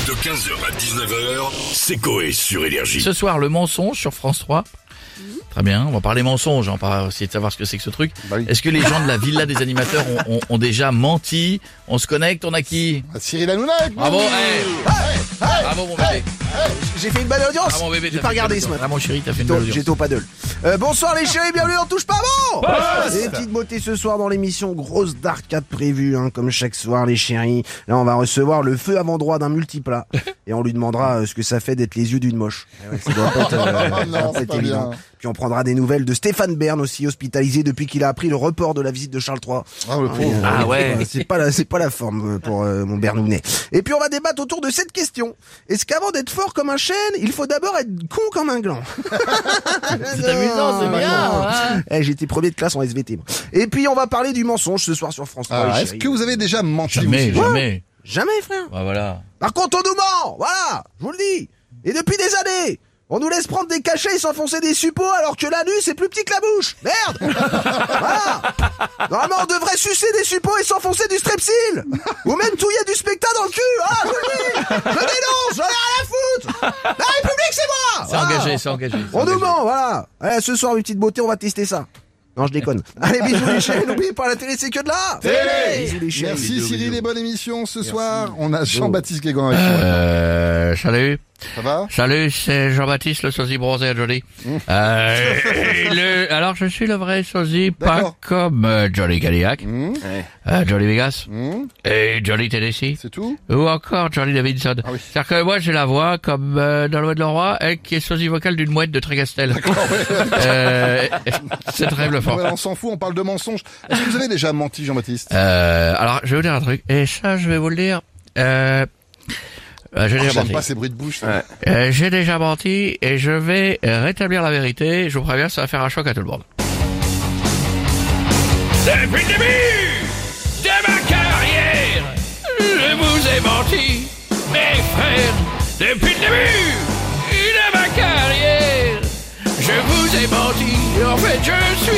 De 15h à 19h, c'est Coé sur Énergie. Ce soir, le mensonge sur France 3. Très bien, on va parler mensonge, on va essayer de savoir ce que c'est que ce truc. Bah oui. Est-ce que les gens de la villa des animateurs ont déjà menti? On se connecte, on a qui? Cyril Hanouna avec nous. Bravo, bravo mon bébé. J'ai fait une bonne audience. Ah, mon bébé, J'ai t'as pas fait une regardé bonne ce audience. matin. Ah, mon chéri, t'as fait une bonne audience. J'étais au paddle. Bonsoir les chéris, bienvenue on touche pas bon. Des petites beautés ce soir dans l'émission, grosse d'arcade prévue, comme chaque soir les chéris. Là on va recevoir le feu avant-droit d'un multiplat et on lui demandera ce que ça fait d'être les yeux d'une moche. Ça doit pas être, ça Non, doit pas c'est être pas évident. bien. Puis on prendra des nouvelles de Stéphane Bern aussi, hospitalisé depuis qu'il a appris le report de la visite de Charles III. Ah, le pauvre. Ah ouais. C'est pas la forme pour mon Bernounet. Et puis on va débattre autour de cette question. Est-ce qu'avant d'être fort comme un chêne, il faut d'abord être con comme un gland? C'est amusant, c'est bien. Hein. J'étais premier de classe en SVT. Moi. Et puis on va parler du mensonge ce soir sur France 3. Ah, les est-ce chéris. que vous avez déjà menti Jamais, vous jamais. Jamais, frère. Bah voilà. Par contre, on nous ment. Voilà, je vous le dis. Et depuis des années, on nous laisse prendre des cachets et s'enfoncer des suppos alors que l'anus est plus petit que la bouche. Merde. Voilà. Normalement, on devrait sucer des suppos et s'enfoncer du strepsil. Ou même touiller du specta dans le cul. Ah, je vous le dis. Je dénonce, j'en ai rien à foutre. La République, c'est moi. C'est Voilà. engagé, c'est engagé. On nous ment, voilà. Allez, ce soir, une petite beauté, on va tester ça. Non, je déconne. Allez, bisous les chéris, n'oubliez pas, la télé, c'est que de là. Bisous les chéris. Merci Bisous, Cyril bisous. et bonne émission ce soir. On a Jean-Baptiste Guégan avec nous. Salut. Ça va? Salut, c'est Jean-Baptiste, le sosie bronzé à Johnny. Alors, je suis le vrai sosie, pas D'accord. comme Johnny Cadillac, Johnny Vegas, et Johnny Tennessee, C'est tout? ou encore Johnny Davidson. Ah oui. C'est-à-dire que moi, j'ai la voix comme dans l'Ouest de Leroy, elle qui est sosie vocale d'une mouette de Trégastel. C'est très bluffant. Ouais, on s'en fout, on parle de mensonges. Est-ce que vous avez déjà menti, Jean-Baptiste? Alors, je vais vous dire un truc, et ça, je vais vous le dire, j'ai déjà J'aime menti. pas ces bruits de bouche. J'ai déjà menti et je vais rétablir la vérité. Je vous préviens, ça va faire un choc à tout le monde. Depuis le début de ma carrière, je vous ai menti, mes frères. Depuis le début de ma carrière, je vous ai menti. En fait, je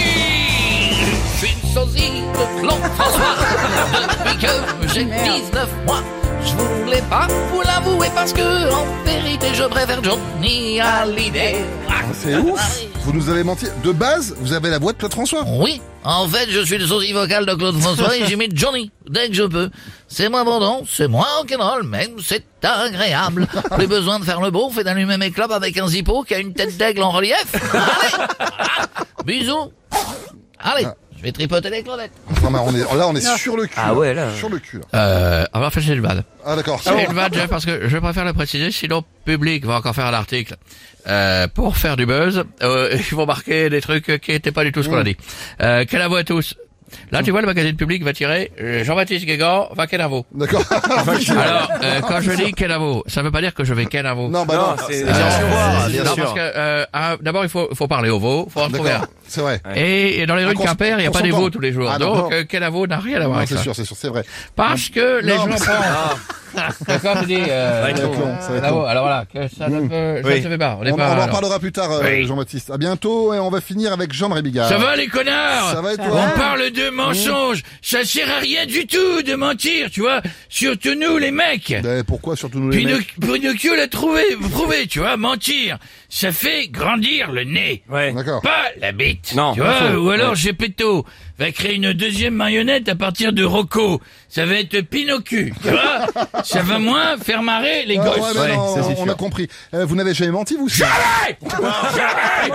suis une sosie de Claude François. Depuis que j'ai 19 mois. Je voulais pas vous l'avouer parce que, en vérité, je préfère Johnny Hallyday. C'est ouf. Vous nous avez menti. De base, vous avez la voix de Claude François. Oui, en fait, je suis le sosie vocal de Claude François et j'imite Johnny dès que je peux. C'est moins bandant, c'est moins rock'n'roll, même c'est agréable. Plus besoin de faire le beauf et d'allumer mes clopes avec un zippo qui a une tête d'aigle en relief. Allez, bisous. Allez. Je vais tripoter les Claudettes. Non, mais on est sur le cul. Ah ouais, là. Sur le cul, là. On va faire c'est le bad. Ah, d'accord. C'est le bad, Jeff, parce que je préfère le préciser, sinon public va encore faire un article. Pour faire du buzz, ils vont marquer des trucs qui étaient pas du tout ce qu'on a dit. Quel avoue à tous. Là, tu vois, le magazine public va tirer Jean-Baptiste Guégan va quel avoue. D'accord. Alors, quand je dis quel avoue, ça veut pas dire que je vais quel avoue. Non, bah non. c'est bien sûr. bien Non, sûr. parce que d'abord il faut parler au veau, faut en trouver un. D'accord. C'est vrai. Et dans les rues de qu'on s- Quimper, il n'y a qu'on pas des s'entend. veaux tous les jours. Ah, non, Donc, non. quel avoue n'a rien à voir Non, avec c'est ça. sûr, c'est sûr, c'est vrai. Parce que les Non, gens mais- pensent. Comme tu dis, Ça va être long, ça va être long. alors voilà, que ça ne peut, ça ne se fait pas. On n'est On pas. en alors. parlera plus tard, Oui. Jean-Baptiste. À bientôt, et on va finir avec Jean-Marie Bigard. Ça va les connards? Ça va et toi? On parle de mensonges. Ça sert à rien du tout de mentir, tu vois. Surtout nous les mecs. Pourquoi, surtout nous les mecs? Pinocchio l'a prouvé, tu vois, mentir, ça fait grandir le nez. Ouais. D'accord. Pas la bite. Non, tu vois, pas faux. ou alors Ouais. Gepetto va créer une deuxième marionnette à partir de Rocco. Ça va être Pinocchio, tu vois. Ça va moins faire marrer les Ah, gosses. ouais, mais non, ça, c'est on sûr. a compris. Vous n'avez jamais menti, vous? Jamais! Jamais!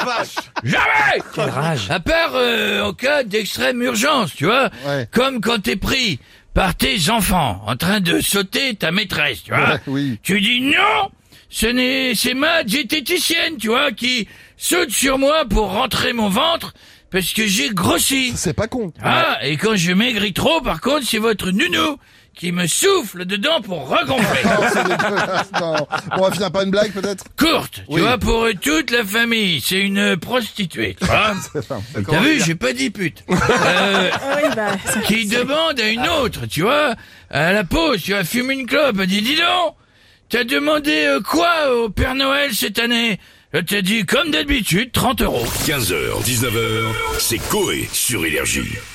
Jamais! Quelle rage. À part en cas d'extrême urgence, tu vois. Ouais. Comme quand t'es pris par tes enfants en train de sauter ta maîtresse, tu vois. Ouais, oui. Tu dis non, c'est ma diététicienne, tu vois, qui saute sur moi pour rentrer mon ventre parce que j'ai grossi. C'est pas con. Ah, et quand je maigris trop, par contre, c'est votre nounou qui me souffle dedans pour regonfler. Non, c'est dégueulasse, non. On va finir par une blague, peut-être? Courte, tu Oui. vois, pour toute la famille. C'est une prostituée, tu vois. T'as vu, j'ai pas dit pute. Qui demande à une autre, tu vois, à la pause, tu vas fumer une clope. Elle dit, dis donc, t'as demandé quoi au Père Noël cette année? Elle t'a dit, comme d'habitude, 30 €. 15h, 19h, c'est Coé sur Énergie.